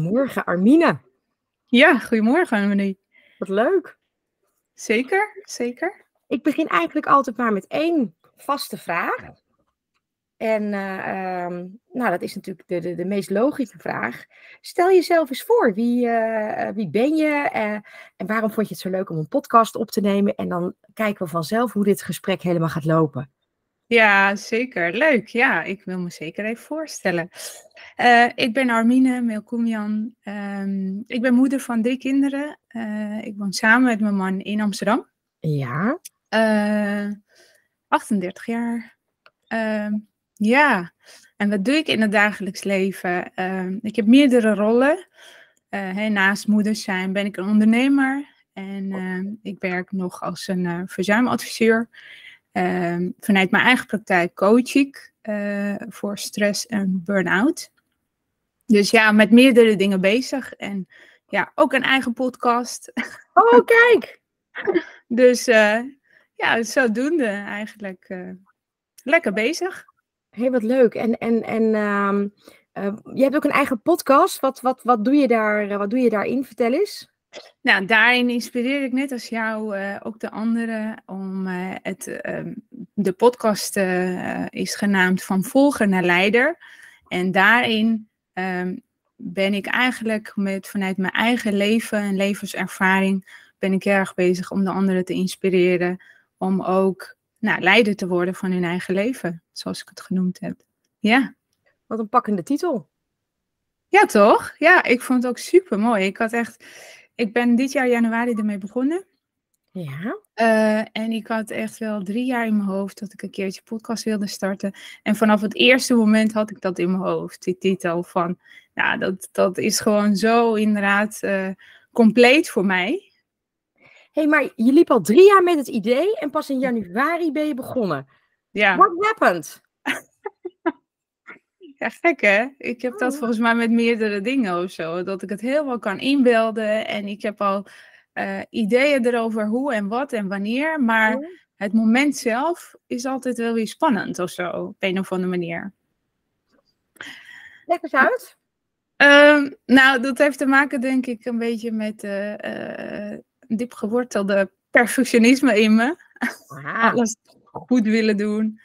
Goedemorgen, Armine. Ja, goedemorgen, Annemie. Wat leuk. Zeker, zeker. Ik begin eigenlijk altijd maar met één vaste vraag. En dat is natuurlijk de meest logische vraag. Stel jezelf eens voor, wie ben je en waarom vond je het zo leuk om een podcast op te nemen? En dan kijken we vanzelf hoe dit gesprek helemaal gaat lopen. Ja, zeker. Leuk. Ja, ik wil me zeker even voorstellen. Ik ben Armine Melkoemian. Ik ben moeder van 3 kinderen. Ik woon samen met mijn man in Amsterdam. Ja. 38 jaar. Ja, en wat doe ik in het dagelijks leven? Ik heb meerdere rollen. Naast moeder zijn ben ik een ondernemer. En ik werk nog als een verzuimadviseur. Vanuit mijn eigen praktijk coach ik voor stress en burn-out. Dus ja, met meerdere dingen bezig. En ja, ook een eigen podcast. Oh, kijk! Dus ja, zodoende eigenlijk lekker bezig. Heel wat leuk. Je hebt ook een eigen podcast. Wat doe je daar? Wat doe je daarin? Vertel eens. Nou, daarin inspireer ik net als jou ook de anderen om de podcast is genaamd Van Volger naar Leider. En daarin ben ik eigenlijk vanuit mijn eigen leven en levenservaring ben ik heel erg bezig om de anderen te inspireren om ook leider te worden van hun eigen leven, zoals ik het genoemd heb. Ja. Wat een pakkende titel. Ja, toch? Ja, ik vond het ook super mooi. Ik ben dit jaar januari ermee begonnen. Ja. En ik had echt wel 3 jaar in mijn hoofd dat ik een keertje podcast wilde starten. En vanaf het eerste moment had ik dat in mijn hoofd, die titel van, dat is gewoon zo inderdaad compleet voor mij. Hey, maar je liep al 3 jaar met het idee en pas in januari ben je begonnen. Ja. What happened? Ja, gek hè? Ik heb dat volgens mij met meerdere dingen of zo. Dat ik het helemaal kan inbeelden. En ik heb al ideeën erover hoe en wat en wanneer. Maar het moment zelf is altijd wel weer spannend of zo. Op een of andere manier. Leg eens uit. Dat heeft te maken denk ik een beetje met diep gewortelde perfectionisme in me. Alles goed willen doen.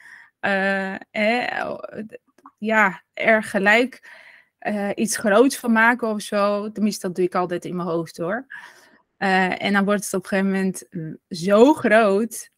Er gelijk iets groots van maken of zo. Tenminste, dat doe ik altijd in mijn hoofd hoor. En dan wordt het op een gegeven moment zo groot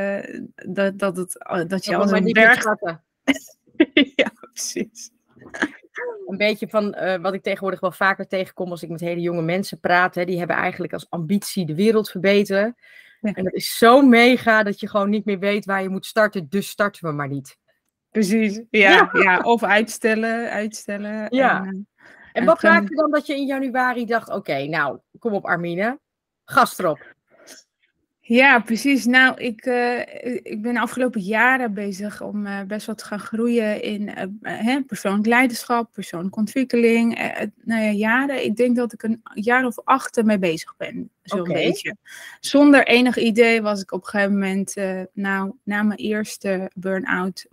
dat je als een berg... Ja, precies. Een beetje van wat ik tegenwoordig wel vaker tegenkom als ik met hele jonge mensen praat. Hè, die hebben eigenlijk als ambitie de wereld verbeteren. Ja. En dat is zo mega dat je gewoon niet meer weet waar je moet starten. Dus starten we maar niet. Precies, ja. Of uitstellen. Ja. En wat maakte dan dat je in januari dacht, oké, nou, kom op Armine, gas erop. Ja, precies. Nou, ik ben de afgelopen jaren bezig om best wat te gaan groeien in persoonlijk leiderschap, persoonlijke ontwikkeling. Jaren. Ik denk dat ik een jaar of 8 ermee bezig ben, zo'n beetje. Zonder enig idee was ik op een gegeven moment, na mijn eerste burn-out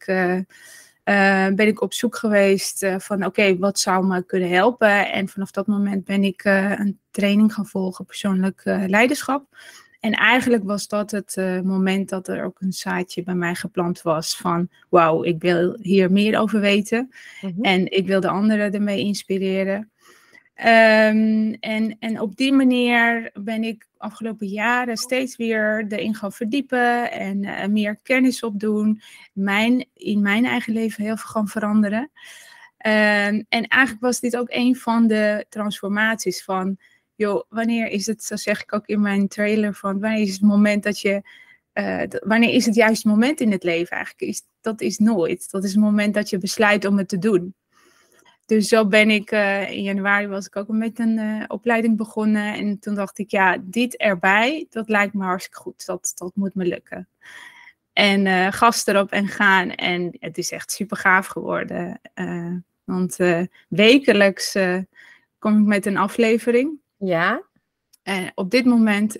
ben ik op zoek geweest van oké, wat zou me kunnen helpen? En vanaf dat moment ben ik een training gaan volgen, persoonlijk leiderschap. En eigenlijk was dat het moment dat er ook een zaadje bij mij geplant was van wauw, ik wil hier meer over weten. En ik wil de anderen ermee inspireren. En op die manier ben ik afgelopen jaren steeds weer erin gaan verdiepen en meer kennis opdoen. In mijn eigen leven heel veel gaan veranderen. En eigenlijk was dit ook een van de transformaties van... Joh, wanneer is het, zo zeg ik ook in mijn trailer, van wanneer is het moment dat je, wanneer is het juiste moment in het leven eigenlijk? Dat is nooit. Dat is het moment dat je besluit om het te doen. Dus zo ben ik, in januari was ik ook met een opleiding begonnen. En toen dacht ik, ja, dit erbij, dat lijkt me hartstikke goed. Dat moet me lukken. En gas erop en gaan. En het is echt super gaaf geworden. Want wekelijks kom ik met een aflevering. Ja. Op dit moment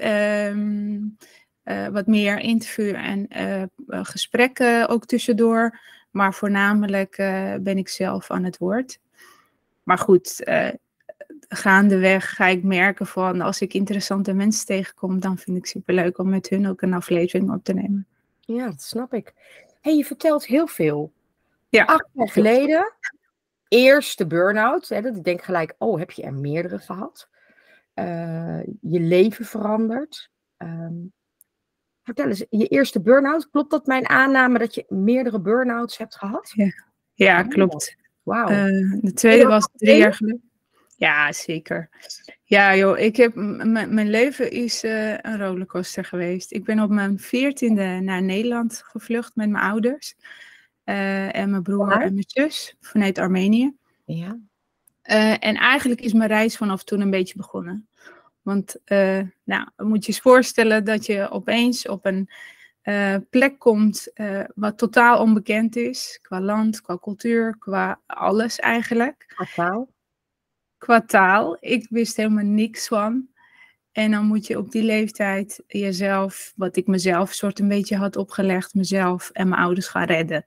wat meer interview en gesprekken ook tussendoor. Maar voornamelijk ben ik zelf aan het woord. Maar goed, gaandeweg ga ik merken van als ik interessante mensen tegenkom, dan vind ik superleuk om met hun ook een aflevering op te nemen. Ja, dat snap ik. Hey, je vertelt heel veel. Ja, 8 jaar geleden, eerste burn-out. Hè, dat ik denk gelijk, oh, heb je er meerdere gehad? Je leven verandert. Vertel eens, je eerste burn-out. Klopt dat mijn aanname dat je meerdere burn-outs hebt gehad? ja, Oh, klopt. wauw. De tweede was 3 jaar geleden. Ja, zeker. Ja, joh, mijn leven is een rollercoaster geweest. Ik ben op mijn 14e naar Nederland gevlucht met mijn ouders. En mijn broer en mijn zus vanuit Armenië. Ja. En eigenlijk is mijn reis vanaf toen een beetje begonnen. Want moet je eens voorstellen dat je opeens op een plek komt wat totaal onbekend is. Qua land, qua cultuur, qua alles eigenlijk. Qua taal? Qua taal. Ik wist helemaal niks van. En dan moet je op die leeftijd jezelf, wat ik mezelf soort een beetje had opgelegd, mezelf en mijn ouders gaan redden.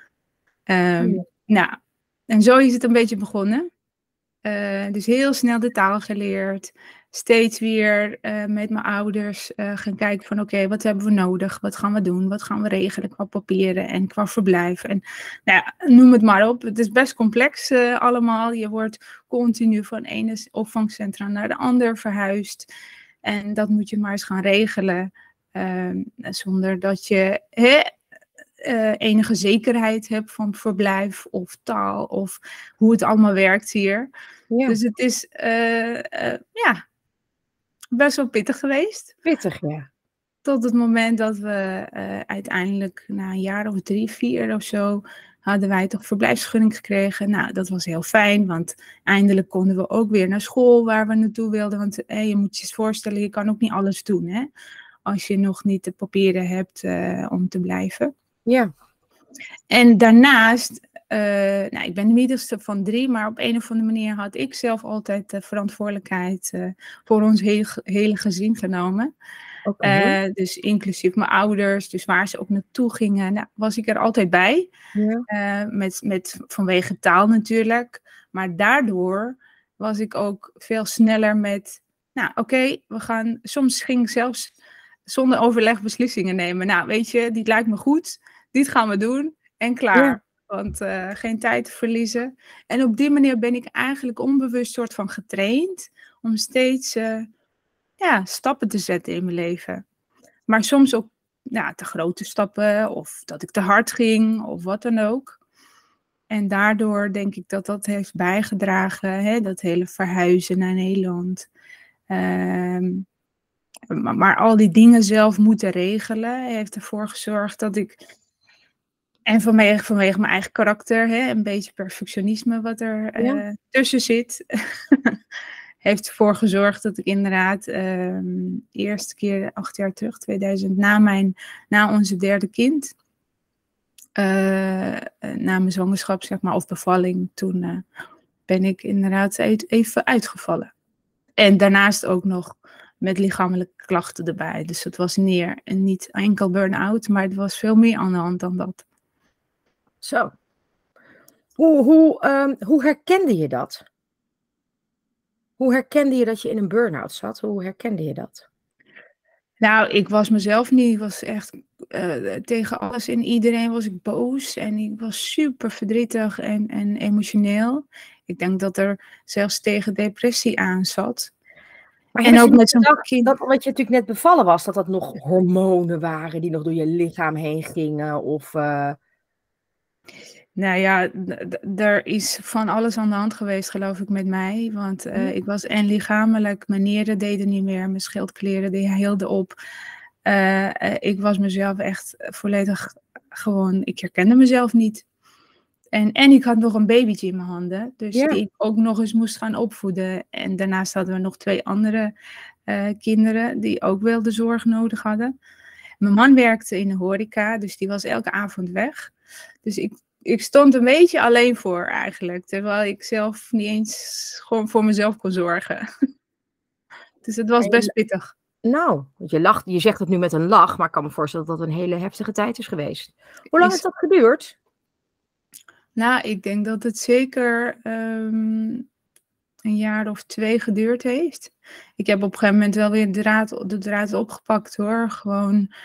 Nou, en zo is het een beetje begonnen. Dus heel snel de taal geleerd. Steeds weer met mijn ouders gaan kijken van oké, wat hebben we nodig? Wat gaan we doen? Wat gaan we regelen qua papieren en qua verblijf? En noem het maar op. Het is best complex allemaal. Je wordt continu van ene opvangcentra naar de ander verhuisd. En dat moet je maar eens gaan regelen. Zonder dat je enige zekerheid hebt van verblijf of taal of hoe het allemaal werkt hier. Ja. Dus het is best wel pittig geweest. Pittig, ja. Tot het moment dat we uiteindelijk na een jaar of 3, 4 of zo hadden wij toch verblijfsvergunning gekregen. Nou, dat was heel fijn, want eindelijk konden we ook weer naar school waar we naartoe wilden. Want je moet je eens voorstellen, je kan ook niet alles doen, hè? Als je nog niet de papieren hebt om te blijven. Ja. En daarnaast, ik ben de middelste van 3, maar op een of andere manier had ik zelf altijd de verantwoordelijkheid voor ons hele gezin genomen. Okay. Dus inclusief mijn ouders, dus waar ze ook naartoe gingen, was ik er altijd bij. Ja. Vanwege taal natuurlijk. Maar daardoor was ik ook veel sneller met, soms ging ik zelfs zonder overleg beslissingen nemen. Nou, weet je, dit lijkt me goed, dit gaan we doen en klaar. Ja. Want geen tijd te verliezen. En op die manier ben ik eigenlijk onbewust soort van getraind om steeds stappen te zetten in mijn leven. Maar soms ook te grote stappen of dat ik te hard ging of wat dan ook. En daardoor denk ik dat dat heeft bijgedragen, dat hele verhuizen naar Nederland. Maar al die dingen zelf moeten regelen heeft ervoor gezorgd dat ik... En vanwege mijn eigen karakter, een beetje perfectionisme wat er tussen zit... heeft ervoor gezorgd dat ik inderdaad de eerste keer 8 jaar terug, 2000, na onze 3e kind... na mijn zwangerschap, zeg maar, of bevalling, toen ben ik inderdaad even uitgevallen. En daarnaast ook nog met lichamelijke klachten erbij. Dus het was niet enkel burn-out, maar het was veel meer aan de hand dan dat. Zo. Hoe herkende je dat? Hoe herkende je dat je in een burn-out zat? Hoe herkende je dat? Nou, ik was mezelf niet. Ik was echt tegen alles en iedereen was ik boos. En ik was super verdrietig en emotioneel. Ik denk dat er zelfs tegen depressie aan zat. Maar en ook met zo'n kind. Dat wat je natuurlijk net bevallen was, dat nog hormonen waren die nog door je lichaam heen gingen? Of... Nou ja, er is van alles aan de hand geweest, geloof ik, met mij. Want ik was lichamelijk, mijn nieren deden niet meer, mijn schildklieren die hielden op. Ik was mezelf echt volledig gewoon, ik herkende mezelf niet. En ik had nog een babytje in mijn handen, dus die ik ook nog eens moest gaan opvoeden. En daarnaast hadden we nog 2 andere kinderen die ook wel de zorg nodig hadden. Mijn man werkte in de horeca, dus die was elke avond weg. Dus ik stond een beetje alleen voor eigenlijk, terwijl ik zelf niet eens gewoon voor mezelf kon zorgen. Dus het was best pittig. Nou, je zegt het nu met een lach, maar ik kan me voorstellen dat dat een hele heftige tijd is geweest. Hoe lang heeft dat geduurd? Nou, ik denk dat het zeker een jaar of 2 geduurd heeft. Ik heb op een gegeven moment wel weer de draad opgepakt hoor. Gewoon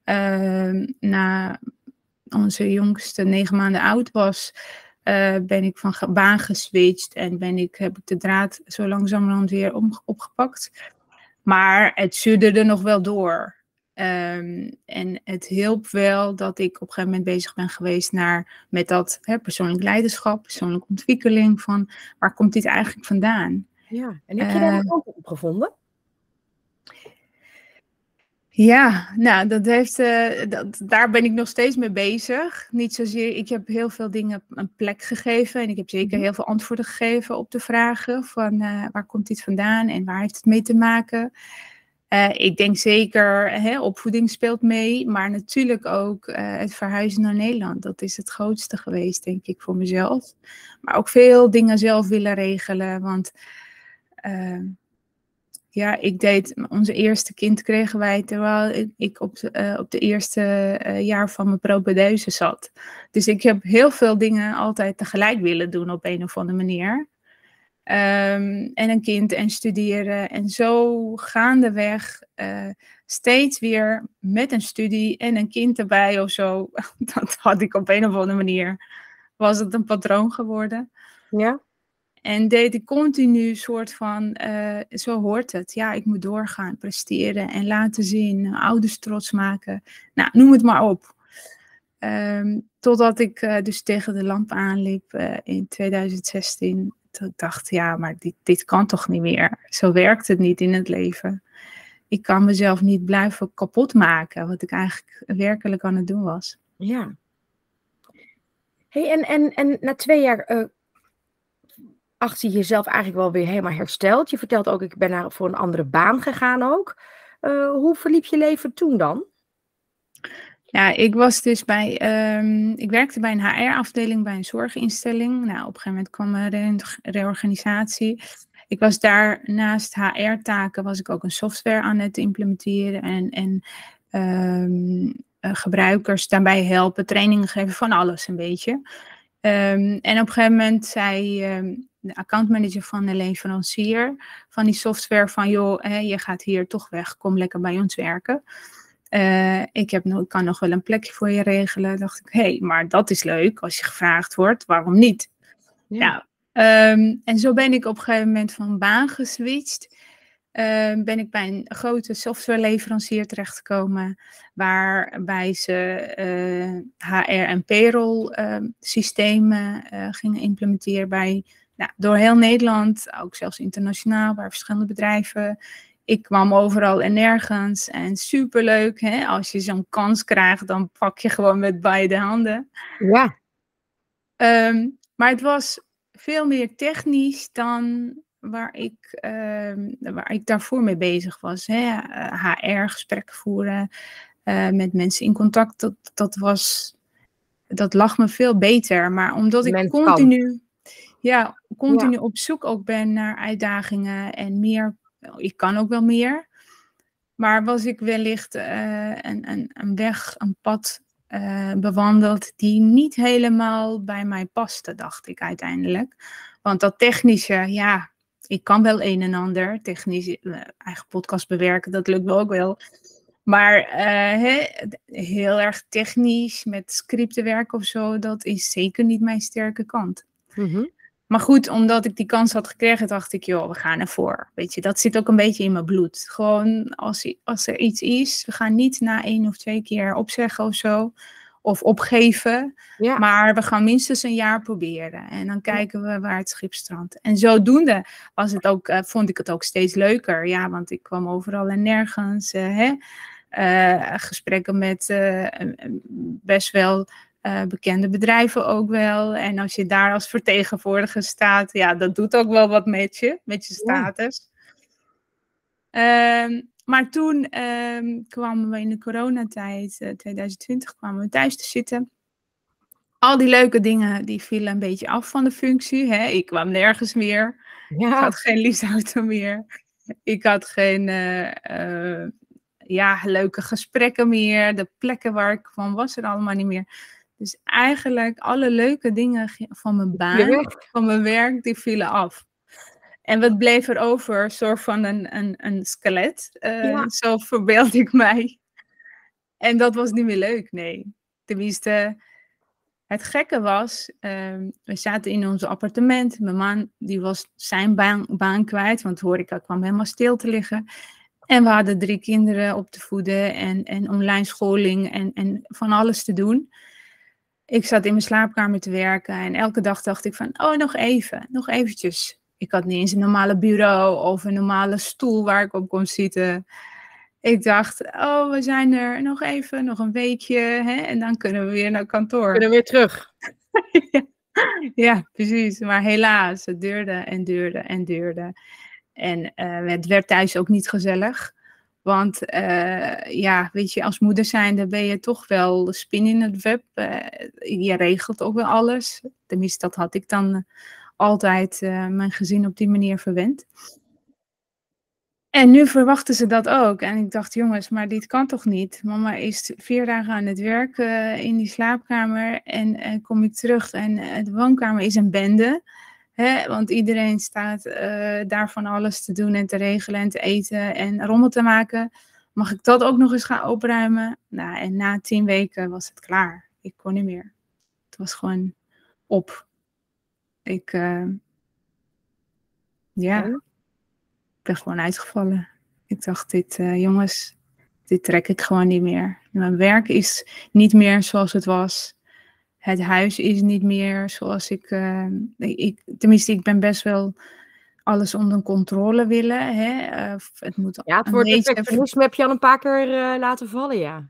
na onze jongste 9 maanden oud was, ben ik van baan geswitcht en heb ik de draad zo langzamerhand weer opgepakt. Maar het sudderde nog wel door. En het hielp wel dat ik op een gegeven moment bezig ben geweest met dat persoonlijk leiderschap, persoonlijke ontwikkeling, van waar komt dit eigenlijk vandaan? Ja, en heb je daar een antwoord op gevonden? Ja, nou, daar ben ik nog steeds mee bezig. Niet zozeer, ik heb heel veel dingen een plek gegeven en ik heb zeker heel veel antwoorden gegeven op de vragen van waar komt dit vandaan en waar heeft het mee te maken? Ik denk zeker, opvoeding speelt mee, maar natuurlijk ook het verhuizen naar Nederland. Dat is het grootste geweest, denk ik, voor mezelf. Maar ook veel dingen zelf willen regelen, want onze eerste kind kregen wij terwijl ik op de eerste jaar van mijn propedeuse zat. Dus ik heb heel veel dingen altijd tegelijk willen doen op een of andere manier. En een kind en studeren. En zo gaandeweg steeds weer met een studie en een kind erbij of zo. Dat had ik op een of andere manier. Was het een patroon geworden. Ja. En deed ik continu soort van, zo hoort het. Ja, ik moet doorgaan, presteren en laten zien. Ouders trots maken. Nou, noem het maar op. Totdat ik dus tegen de lamp aanliep in 2016. Toen ik dacht, ja, maar dit kan toch niet meer. Zo werkt het niet in het leven. Ik kan mezelf niet blijven kapot maken. Wat ik eigenlijk werkelijk aan het doen was. Ja. Hey, en na 2 jaar achter je jezelf eigenlijk wel weer helemaal hersteld. Je vertelt ook, ik ben voor een andere baan gegaan ook. Hoe verliep je leven toen dan? Ja, ik werkte bij een HR-afdeling bij een zorginstelling. Nou, op een gegeven moment kwam er een reorganisatie. Ik was daar naast HR-taken, was ik ook een software aan het implementeren en gebruikers daarbij helpen, trainingen geven, van alles een beetje. En op een gegeven moment zei de accountmanager van de leverancier van die software van, joh, je gaat hier toch weg, kom lekker bij ons werken. Ik kan nog wel een plekje voor je regelen. Dacht ik, maar dat is leuk als je gevraagd wordt. Waarom niet? Ja. En zo ben ik op een gegeven moment van baan geswitcht. Ben ik bij een grote softwareleverancier terechtgekomen. Waarbij ze HR en payroll systemen gingen implementeren door heel Nederland. Ook zelfs internationaal, bij verschillende bedrijven. Ik kwam overal en nergens en superleuk. Hè? Als je zo'n kans krijgt, dan pak je gewoon met beide handen. Ja. Maar het was veel meer technisch dan waar ik daarvoor mee bezig was. Hè? HR-gesprekken voeren, met mensen in contact, dat lag me veel beter. Maar omdat ik continu op zoek ook ben naar uitdagingen en meer. Ik kan ook wel meer. Maar was ik wellicht een pad bewandeld die niet helemaal bij mij paste, dacht ik uiteindelijk. Want dat technische, ik kan wel een en ander. Technisch, eigen podcast bewerken, dat lukt me ook wel. Maar heel erg technisch, met scripten werken of zo, dat is zeker niet mijn sterke kant. Mm-hmm. Maar goed, omdat ik die kans had gekregen, dacht ik, joh, we gaan ervoor. Weet je, dat zit ook een beetje in mijn bloed. Gewoon, als er iets is, we gaan niet na 1 of 2 keer opzeggen of zo. Of opgeven. Ja. Maar we gaan minstens een jaar proberen. En dan kijken we waar het schip strandt. En zodoende vond ik het ook steeds leuker. Ja, want ik kwam overal en nergens. Gesprekken met best wel bekende bedrijven ook wel. En als je daar als vertegenwoordiger staat, ja, dat doet ook wel wat met je status. Ja. Maar toen kwamen we in de coronatijd, 2020, kwamen we thuis te zitten. Al die leuke dingen, die vielen een beetje af van de functie. Hè? Ik kwam nergens meer. Ja. Ik had geen leaseauto meer. Ik had geen leuke gesprekken meer. De plekken waar ik kwam, was er allemaal niet meer. Dus eigenlijk alle leuke dingen van mijn baan, van mijn werk, die vielen af. En wat bleef er over? Een soort van een skelet. Ja. Zo verbeeld ik mij. En dat was niet meer leuk, nee. Tenminste, het gekke was, we zaten in ons appartement. Mijn man die was zijn baan kwijt, want de horeca kwam helemaal stil te liggen. En we hadden 3 kinderen op te voeden en online scholing en van alles te doen. Ik zat in mijn slaapkamer te werken en elke dag dacht ik van, oh, nog eventjes. Ik had niet eens een normale bureau of een normale stoel waar ik op kon zitten. Ik dacht, oh, we zijn er nog even, nog een weekje, hè, en dan kunnen we weer naar kantoor. Kunnen we weer terug. Ja, precies. Maar helaas, het duurde en duurde en duurde. En het werd thuis ook niet gezellig. Want ja, weet je, als moeder zijnde ben je toch wel de spin in het web. Je regelt ook wel alles. Tenminste, dat had ik dan altijd mijn gezin op die manier verwend. En nu verwachten ze dat ook. En ik dacht, jongens, maar dit kan toch niet? Mama is 4 dagen aan het werk in die slaapkamer. En kom ik terug en de woonkamer is een bende. Hè? Want iedereen staat daar van alles te doen en te regelen en te eten en rommel te maken. Mag ik dat ook nog eens gaan opruimen? Nou, en na 10 weken was het klaar. Ik kon niet meer. Het was gewoon op. Ja, ik ben gewoon uitgevallen. Ik dacht, jongens, dit trek ik gewoon niet meer. Mijn werk is niet meer zoals het was. Het huis is niet meer zoals tenminste, ik ben best wel alles onder controle willen. Hè? Het moet Ja, het woord perfectionisme heb je al een paar keer laten vallen, ja.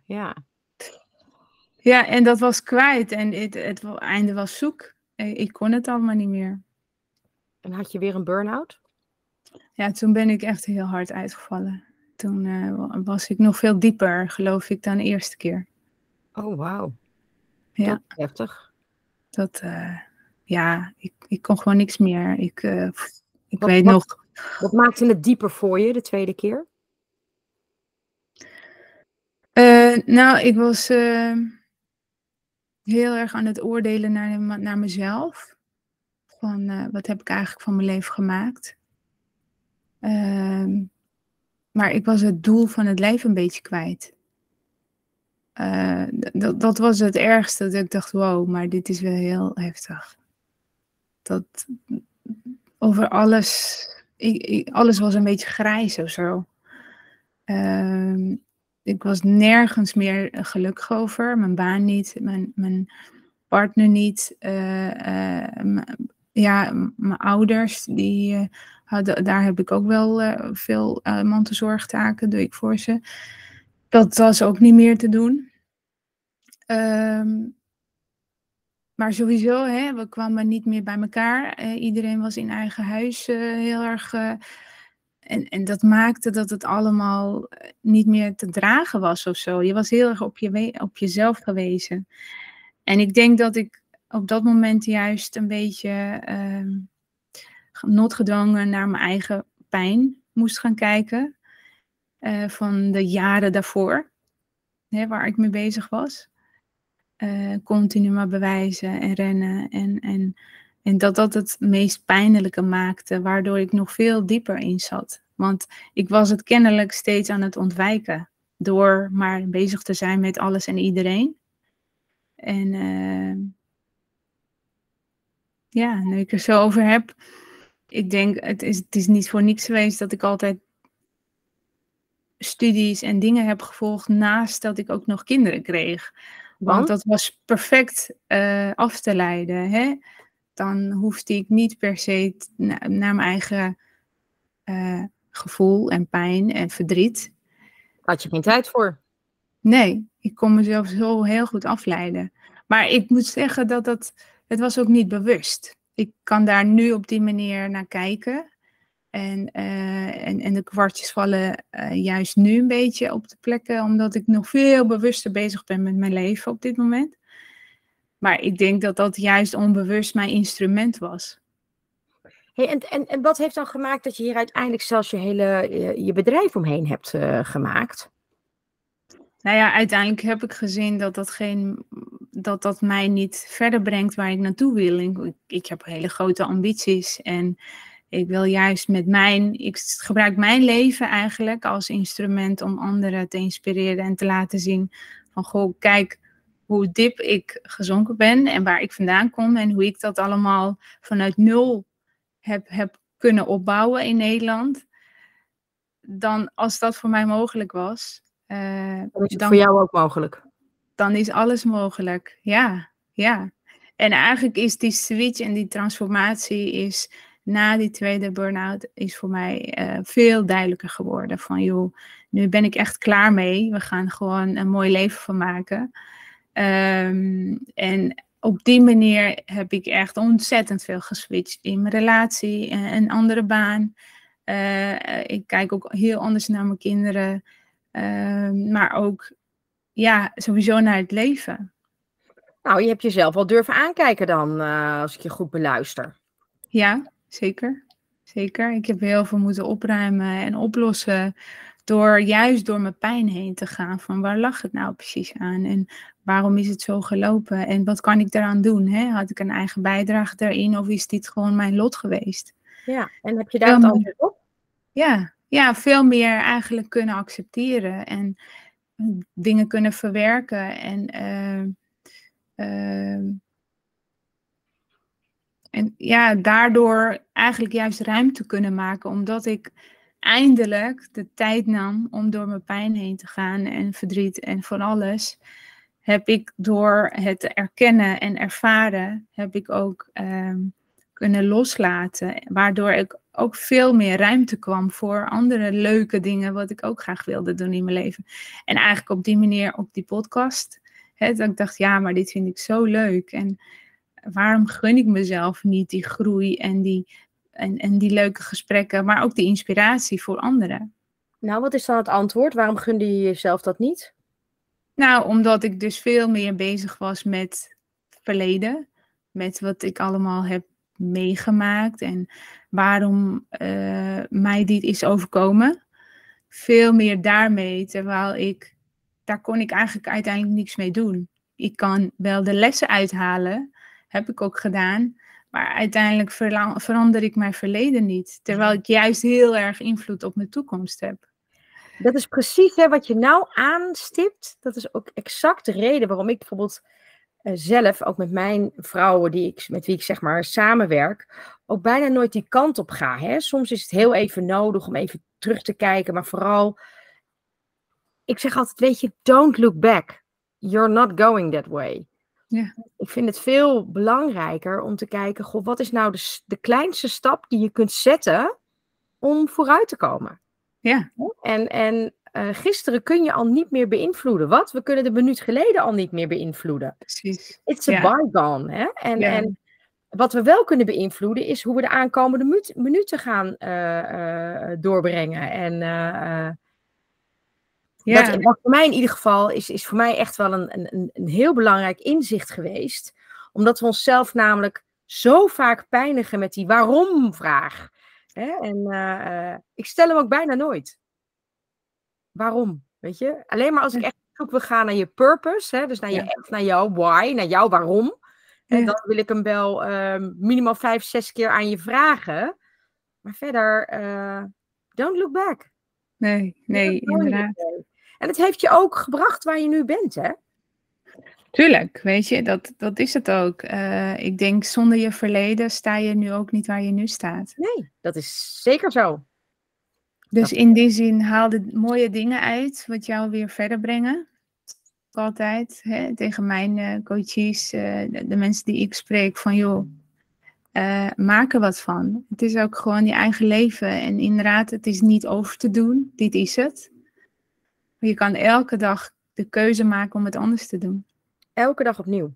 Ja, en dat was kwijt. En het einde was zoek. Ik kon het allemaal niet meer. En had je weer een burn-out? Ja, toen ben ik echt heel hard uitgevallen. Toen was ik nog veel dieper, geloof ik, dan de eerste keer. Oh, wauw. Ja. Dat is heftig. Ja, ik kon gewoon niks meer. Ik weet nog... Wat maakte het dieper voor je, de tweede keer? Nou, ik was heel erg aan het oordelen naar mezelf. Van wat heb ik eigenlijk van mijn leven gemaakt? Maar ik was het doel van het leven een beetje kwijt. Dat was het ergste. Dat ik dacht, wow, maar dit is wel heel heftig. Dat over alles... alles was een beetje grijs of zo. Ik was nergens meer gelukkig over. Mijn baan niet, mijn partner niet. Mijn ouders, daar heb ik ook wel veel mantelzorgtaken, doe ik voor ze. Dat was ook niet meer te doen. Maar sowieso, we kwamen niet meer bij elkaar. Iedereen was in eigen huis heel erg... En dat maakte dat het allemaal niet meer te dragen was of zo. Je was heel erg op jezelf gewezen. En ik denk dat ik op dat moment juist een beetje noodgedwongen naar mijn eigen pijn moest gaan kijken. Van de jaren daarvoor, waar ik mee bezig was. Continu maar bewijzen en rennen. En dat het meest pijnlijke maakte, waardoor ik nog veel dieper in zat. Want ik was het kennelijk steeds aan het ontwijken. Door maar bezig te zijn met alles en iedereen. En nu ik er zo over heb. Ik denk, het is niet voor niks geweest dat ik altijd studies en dingen heb gevolgd naast dat ik ook nog kinderen kreeg. Want dat was perfect af te leiden. Hè? Dan hoefde ik niet per se naar mijn eigen gevoel en pijn en verdriet. Had je geen tijd voor? Nee, ik kon mezelf zo heel goed afleiden. Maar ik moet zeggen dat het was ook niet bewust. Ik kan daar nu op die manier naar kijken. En de kwartjes vallen juist nu een beetje op de plekken, omdat ik nog veel bewuster bezig ben met mijn leven op dit moment. Maar ik denk dat dat juist onbewust mijn instrument was. Hey, en wat heeft dan gemaakt dat je hier uiteindelijk zelfs je bedrijf omheen hebt gemaakt? Nou ja, uiteindelijk heb ik gezien dat mij niet verder brengt waar ik naartoe wil. Ik heb hele grote ambities en Ik wil juist ik gebruik mijn leven eigenlijk als instrument om anderen te inspireren en te laten zien van, goh, kijk hoe diep ik gezonken ben en waar ik vandaan kom en hoe ik dat allemaal vanuit nul heb kunnen opbouwen in Nederland. Dan, als dat voor mij mogelijk was, Dan is het voor jou ook mogelijk. dan is alles mogelijk. Ja, ja. En eigenlijk is die switch en die transformatie is na die tweede burn-out is voor mij veel duidelijker geworden. Van joh, nu ben ik echt klaar mee. We gaan gewoon een mooi leven van maken. En op die manier heb ik echt ontzettend veel geswitcht in mijn relatie, een andere baan. Ik kijk ook heel anders naar mijn kinderen. Maar ook sowieso naar het leven. Nou, je hebt jezelf al durven aankijken dan, als ik je goed beluister. Ja, zeker. Zeker. Ik heb heel veel moeten opruimen en oplossen juist door mijn pijn heen te gaan. Van waar lag het nou precies aan? En waarom is het zo gelopen? En wat kan ik daaraan doen? Hè? Had ik een eigen bijdrage daarin of is dit gewoon mijn lot geweest? Ja, en heb je daar het antwoord op? Ja, veel meer eigenlijk kunnen accepteren en dingen kunnen verwerken en daardoor eigenlijk juist ruimte kunnen maken, omdat ik eindelijk de tijd nam om door mijn pijn heen te gaan en verdriet en van alles, heb ik door het te erkennen en ervaren, heb ik ook kunnen loslaten, waardoor ik ook veel meer ruimte kwam voor andere leuke dingen, wat ik ook graag wilde doen in mijn leven. En eigenlijk op die manier op die podcast, dat ik dacht, ja, maar dit vind ik zo leuk. En waarom gun ik mezelf niet die groei en die leuke gesprekken, maar ook die inspiratie voor anderen? Nou, wat is dan het antwoord? Waarom gunde je jezelf dat niet? Nou, omdat ik dus veel meer bezig was met het verleden, met wat ik allemaal heb meegemaakt en waarom mij dit is overkomen. Veel meer daarmee, terwijl daar kon ik eigenlijk uiteindelijk niks mee doen. Ik kan wel de lessen uithalen, heb ik ook gedaan, maar uiteindelijk verander ik mijn verleden niet, terwijl ik juist heel erg invloed op mijn toekomst heb. Dat is precies wat je nou aanstipt. Dat is ook exact de reden waarom ik bijvoorbeeld zelf, ook met mijn vrouwen met wie ik zeg maar samenwerk, ook bijna nooit die kant op ga. Hè? Soms is het heel even nodig om even terug te kijken, maar vooral, ik zeg altijd, weet je, don't look back. You're not going that way. Ja. Ik vind het veel belangrijker om te kijken, goh, wat is nou de kleinste stap die je kunt zetten om vooruit te komen? Ja. En gisteren kun je al niet meer beïnvloeden. We kunnen de minuut geleden al niet meer beïnvloeden. Precies. It's a bygone. Hè? En wat we wel kunnen beïnvloeden is hoe we de aankomende minuten gaan doorbrengen. En wat voor mij in ieder geval is voor mij echt wel een heel belangrijk inzicht geweest. Omdat we onszelf namelijk zo vaak pijnigen met die waarom-vraag. Hè? En ik stel hem ook bijna nooit. Waarom? Weet je? Alleen maar als ik echt op zoek wil gaan naar je purpose, hè? Dus naar jouw why, naar jouw waarom. En dan wil ik hem wel minimaal 5, 6 keer aan je vragen. Maar verder, don't look back. Nee, inderdaad. En het heeft je ook gebracht waar je nu bent, hè? Tuurlijk, weet je, dat is het ook. Ik denk, zonder je verleden sta je nu ook niet waar je nu staat. Nee, dat is zeker zo. Dus in die zin haal de mooie dingen uit, wat jou weer verder brengen. Altijd, hè, tegen mijn coaches, de mensen die ik spreek, van joh, maak er wat van. Het is ook gewoon je eigen leven. En inderdaad, het is niet over te doen. Dit is het. Maar je kan elke dag de keuze maken om het anders te doen. Elke dag opnieuw.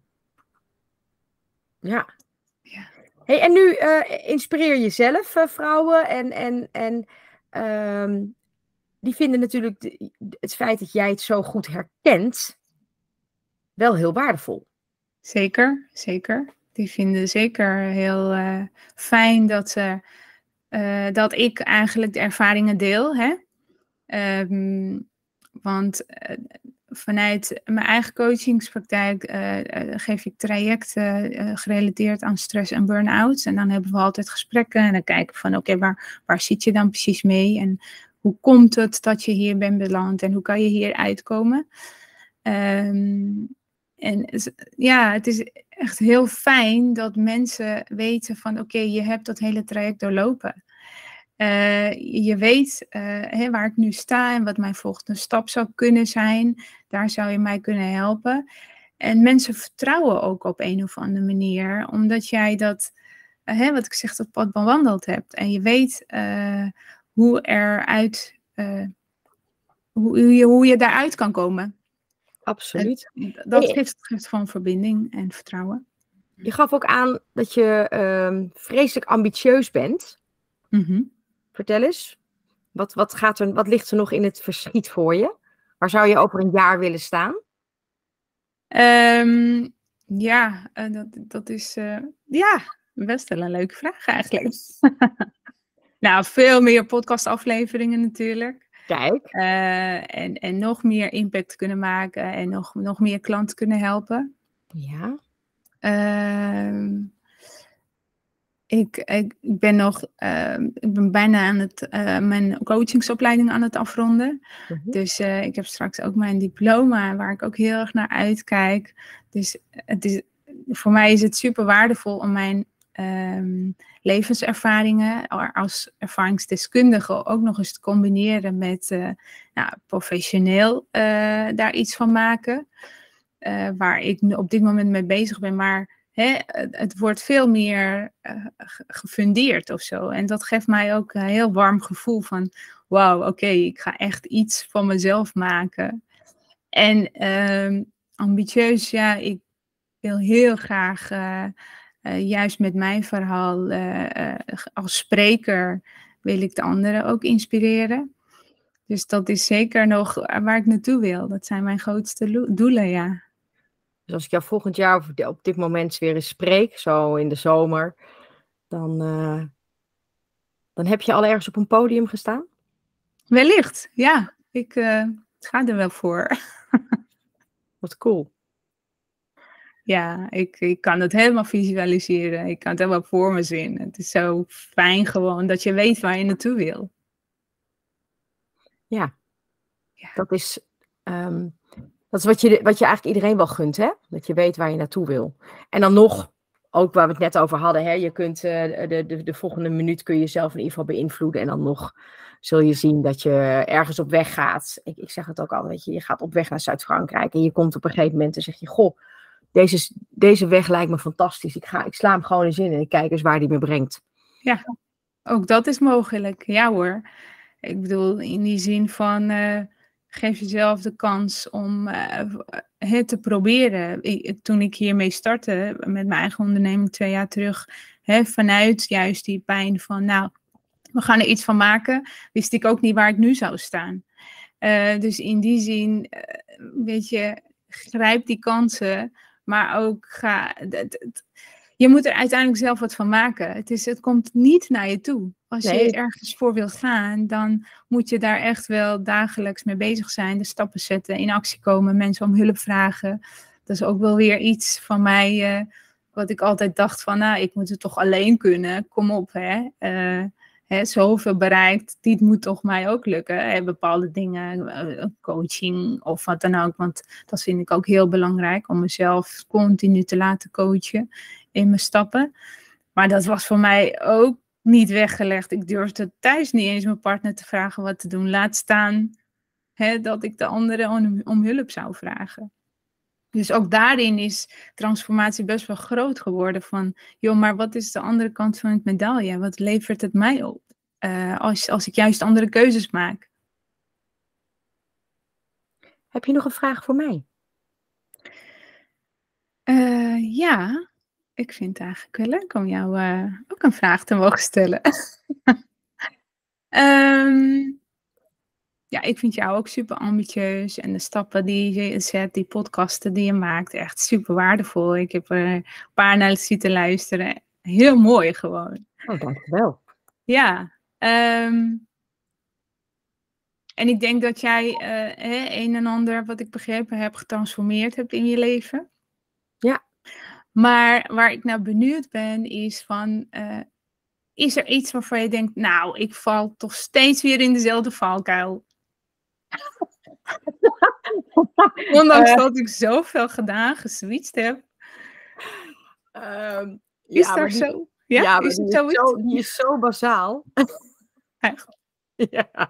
Ja. Hey, en nu inspireer je zelf vrouwen en die vinden natuurlijk het feit dat jij het zo goed herkent wel heel waardevol. Zeker, zeker. Die vinden zeker heel fijn dat ik eigenlijk de ervaringen deel. Hè? Want vanuit mijn eigen coachingspraktijk geef ik trajecten gerelateerd aan stress en burn-out. En dan hebben we altijd gesprekken en dan kijken we van oké, waar zit je dan precies mee? En hoe komt het dat je hier bent beland en hoe kan je hier uitkomen? Het is echt heel fijn dat mensen weten van oké, je hebt dat hele traject doorlopen. Je weet waar ik nu sta en wat mijn volgende stap zou kunnen zijn. Daar zou je mij kunnen helpen. En mensen vertrouwen ook op een of andere manier. Omdat jij dat, wat ik zeg, dat pad bewandeld hebt. En je weet hoe je daaruit kan komen. Absoluut. Dat geeft gewoon verbinding en vertrouwen. Je gaf ook aan dat je vreselijk ambitieus bent. Mm-hmm. Vertel eens, wat ligt er nog in het verschiet voor je? Waar zou je over een jaar willen staan? Dat is best wel een leuke vraag eigenlijk. Nou, veel meer podcastafleveringen natuurlijk. Kijk. En nog meer impact kunnen maken en nog meer klanten kunnen helpen. Ja. Ik ben bijna aan mijn coachingsopleiding aan het afronden. Mm-hmm. Dus ik heb straks ook mijn diploma waar ik ook heel erg naar uitkijk. Dus voor mij is het super waardevol om mijn levenservaringen als ervaringsdeskundige ook nog eens te combineren met professioneel daar iets van maken. Waar ik op dit moment mee bezig ben, maar het wordt veel meer gefundeerd of zo. En dat geeft mij ook een heel warm gevoel van wauw, oké, ik ga echt iets van mezelf maken. En ambitieus, ja, ik wil heel graag juist met mijn verhaal als spreker wil ik de anderen ook inspireren. Dus dat is zeker nog waar ik naartoe wil. Dat zijn mijn grootste doelen, ja. Dus als ik jou volgend jaar op dit moment weer eens spreek, zo in de zomer, dan heb je al ergens op een podium gestaan? Wellicht, ja. Ik ga er wel voor. Wat cool. Ja, ik kan het helemaal visualiseren. Ik kan het helemaal voor me zien. Het is zo fijn gewoon dat je weet waar je naartoe wil. Ja. Dat is wat je eigenlijk iedereen wel gunt, hè? Dat je weet waar je naartoe wil. En dan nog, ook waar we het net over hadden, hè? Je kunt de volgende minuut kun je jezelf in ieder geval beïnvloeden. En dan nog zul je zien dat je ergens op weg gaat. Ik zeg het ook al, weet je gaat op weg naar Zuid-Frankrijk. En je komt op een gegeven moment en zeg je, goh, deze weg lijkt me fantastisch. Ik sla hem gewoon eens in en ik kijk eens waar die me brengt. Ja, ook dat is mogelijk. Ja hoor. Ik bedoel, in die zin van geef jezelf de kans om het te proberen. Toen ik hiermee startte met mijn eigen onderneming 2 jaar terug, vanuit juist die pijn van, nou, we gaan er iets van maken, wist ik ook niet waar ik nu zou staan. Dus in die zin, weet je, grijp die kansen, maar ook je moet er uiteindelijk zelf wat van maken. Het komt niet naar je toe. Als je ergens voor wilt gaan, dan moet je daar echt wel dagelijks mee bezig zijn. De stappen zetten, in actie komen, mensen om hulp vragen. Dat is ook wel weer iets van mij, wat ik altijd dacht van, nou, ik moet het toch alleen kunnen. Kom op, zoveel bereikt, dit moet toch mij ook lukken. Bepaalde dingen, coaching of wat dan ook. Want dat vind ik ook heel belangrijk, om mezelf continu te laten coachen in mijn stappen. Maar dat was voor mij ook niet weggelegd. Ik durfde thuis niet eens mijn partner te vragen wat te doen. Laat staan dat ik de anderen om hulp zou vragen. Dus ook daarin is transformatie best wel groot geworden. Van, joh, maar wat is de andere kant van het medaille? Wat levert het mij op? Als ik juist andere keuzes maak. Heb je nog een vraag voor mij? Ja, ik vind het eigenlijk wel leuk om jou ook een vraag te mogen stellen. Ja, ik vind jou ook super ambitieus. En de stappen die je zet, die podcasten die je maakt, echt super waardevol. Ik heb er een paar naar zitten luisteren. Heel mooi gewoon. Oh, dankjewel. Ja. En ik denk dat jij een en ander, wat ik begrepen heb, getransformeerd hebt in je leven. Ja. Maar waar ik nou benieuwd ben, is van... is er iets waarvan je denkt, nou, ik val toch steeds weer in dezelfde valkuil? Ondanks dat ik zoveel gedaan, geswitcht heb. Is daar zo? Ja, ja, is het zoiets? Die is zo bazaal. Echt? Ja.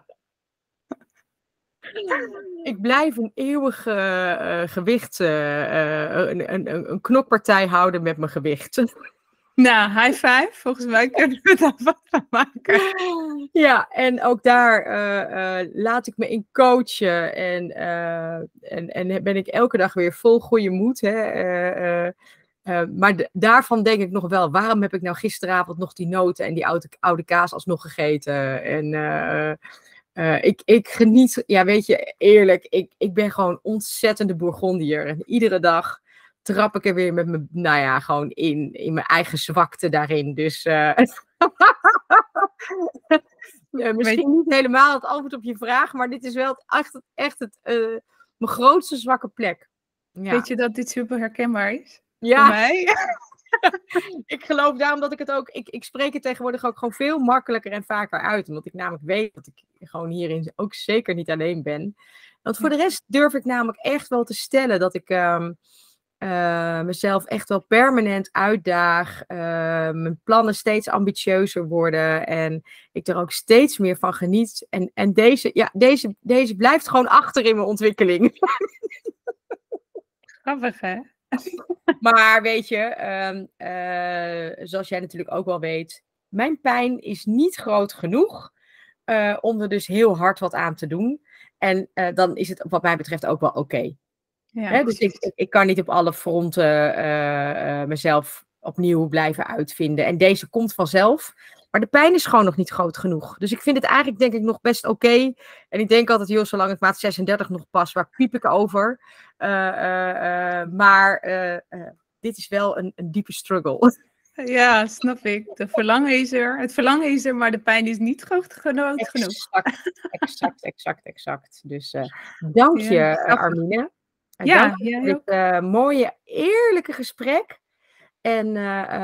Ik blijf een eeuwige gewicht, een knokpartij houden met mijn gewicht. Nou, high five. Volgens mij kunnen we daar wat van maken. Ja, en ook daar laat ik me in coachen en ben ik elke dag weer vol goede moed. Hè? Maar daarvan denk ik nog wel, waarom heb ik nou gisteravond nog die noten en die oude kaas alsnog gegeten? En ik geniet, ja weet je, eerlijk, ik ben gewoon ontzettende Bourgondier. En iedere dag trap ik er weer met mijn, nou ja, gewoon in mijn eigen zwakte daarin. Dus misschien niet helemaal het antwoord op je vraag, maar dit is wel echt mijn grootste zwakke plek. Ja. Weet je dat dit super herkenbaar is? Ja. Voor mij? Ik geloof daarom dat ik het ook... Ik spreek het tegenwoordig ook gewoon veel makkelijker en vaker uit. Omdat ik namelijk weet dat ik gewoon hierin ook zeker niet alleen ben. Want voor de rest durf ik namelijk echt wel te stellen dat ik mezelf echt wel permanent uitdaag. Mijn plannen steeds ambitieuzer worden. En ik er ook steeds meer van geniet. En deze blijft gewoon achter in mijn ontwikkeling. Grappig, hè? Maar weet je, zoals jij natuurlijk ook wel weet, mijn pijn is niet groot genoeg om er dus heel hard wat aan te doen. En dan is het wat mij betreft ook wel oké. Ja, dus ik kan niet op alle fronten mezelf opnieuw blijven uitvinden. En deze komt vanzelf. Maar de pijn is gewoon nog niet groot genoeg. Dus ik vind het eigenlijk denk ik nog best oké. En ik denk altijd, joh, zolang ik maat 36 nog pas, waar piep ik over? Maar dit is wel een diepe struggle. Ja, snap ik. Het verlangen is er, maar de pijn is niet groot genoeg. Exact. Dus dank je, Armine. Dank je voor dit mooie, eerlijke gesprek. En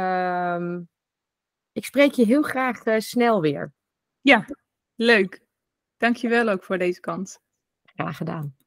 ik spreek je heel graag snel weer. Ja, leuk. Dank je wel ook voor deze kans. Graag gedaan.